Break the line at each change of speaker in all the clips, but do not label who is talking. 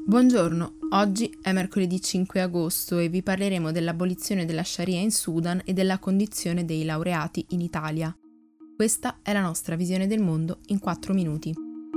Buongiorno, oggi è mercoledì 5 agosto e vi parleremo dell'abolizione della Sharia in Sudan e della condizione dei laureati in Italia. Questa è la nostra visione del mondo in 4 minuti.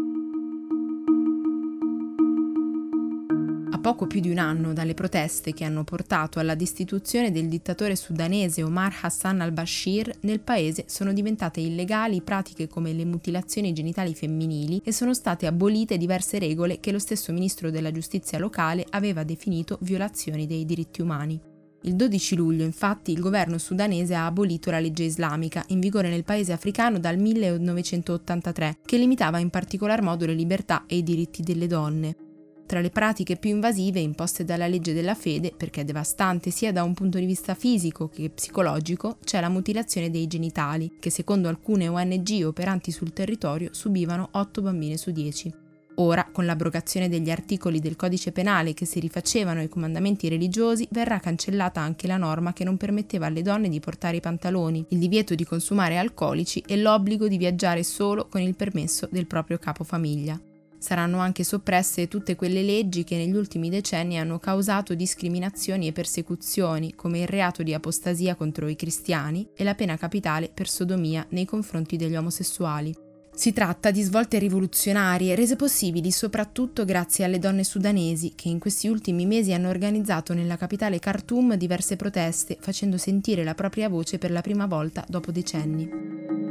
A poco più di un anno dalle proteste che hanno portato alla destituzione del dittatore sudanese Omar Hassan al-Bashir, nel paese sono diventate illegali pratiche come le mutilazioni genitali femminili e sono state abolite diverse regole che lo stesso ministro della giustizia locale aveva definito violazioni dei diritti umani. Il 12 luglio, infatti, il governo sudanese ha abolito la legge islamica, in vigore nel paese africano dal 1983, che limitava in particolar modo le libertà e i diritti delle donne. Tra le pratiche più invasive imposte dalla legge della fede, perché devastante sia da un punto di vista fisico che psicologico, c'è la mutilazione dei genitali, che secondo alcune ONG operanti sul territorio subivano 8 bambine su 10. Ora, con l'abrogazione degli articoli del codice penale che si rifacevano ai comandamenti religiosi, verrà cancellata anche la norma che non permetteva alle donne di portare i pantaloni, il divieto di consumare alcolici e l'obbligo di viaggiare solo con il permesso del proprio capofamiglia. Saranno anche soppresse tutte quelle leggi che negli ultimi decenni hanno causato discriminazioni e persecuzioni, come il reato di apostasia contro i cristiani e la pena capitale per sodomia nei confronti degli omosessuali. Si tratta di svolte rivoluzionarie rese possibili soprattutto grazie alle donne sudanesi che in questi ultimi mesi hanno organizzato nella capitale Khartoum diverse proteste, facendo sentire la propria voce per la prima volta dopo decenni.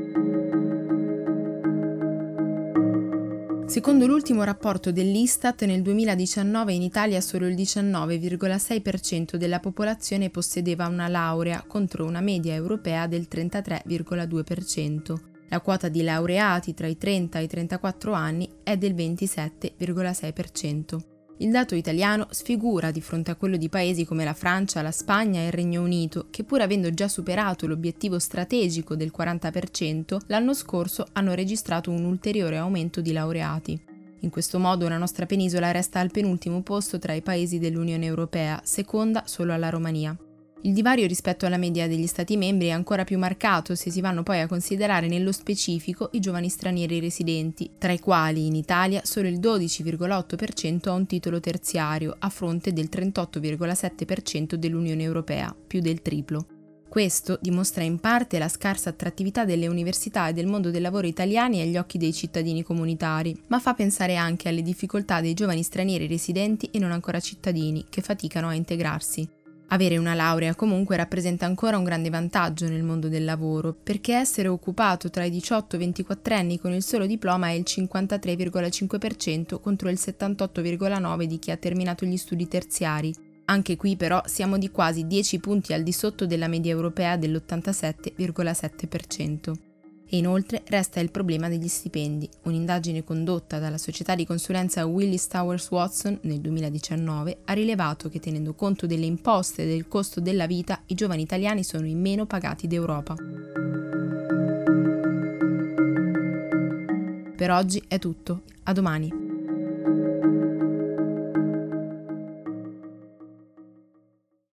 Secondo l'ultimo rapporto dell'Istat, nel 2019 in Italia solo il 19,6% della popolazione possedeva una laurea, contro una media europea del 33,2%. La quota di laureati tra i 30 e i 34 anni è del 27,6%. Il dato italiano sfigura di fronte a quello di paesi come la Francia, la Spagna e il Regno Unito, che pur avendo già superato l'obiettivo strategico del 40%, l'anno scorso hanno registrato un ulteriore aumento di laureati. In questo modo la nostra penisola resta al penultimo posto tra i paesi dell'Unione Europea, seconda solo alla Romania. Il divario rispetto alla media degli Stati membri è ancora più marcato se si vanno poi a considerare nello specifico i giovani stranieri residenti, tra i quali in Italia solo il 12,8% ha un titolo terziario, a fronte del 38,7% dell'Unione Europea, più del triplo. Questo dimostra in parte la scarsa attrattività delle università e del mondo del lavoro italiani agli occhi dei cittadini comunitari, ma fa pensare anche alle difficoltà dei giovani stranieri residenti e non ancora cittadini, che faticano a integrarsi. Avere una laurea comunque rappresenta ancora un grande vantaggio nel mondo del lavoro, perché essere occupato tra i 18 e i 24 anni con il solo diploma è il 53,5% contro il 78,9% di chi ha terminato gli studi terziari. Anche qui però siamo di quasi 10 punti al di sotto della media europea dell'87,7%. E inoltre resta il problema degli stipendi. Un'indagine condotta dalla società di consulenza Willis Towers Watson nel 2019 ha rilevato che, tenendo conto delle imposte e del costo della vita, i giovani italiani sono i meno pagati d'Europa. Per oggi è tutto. A domani.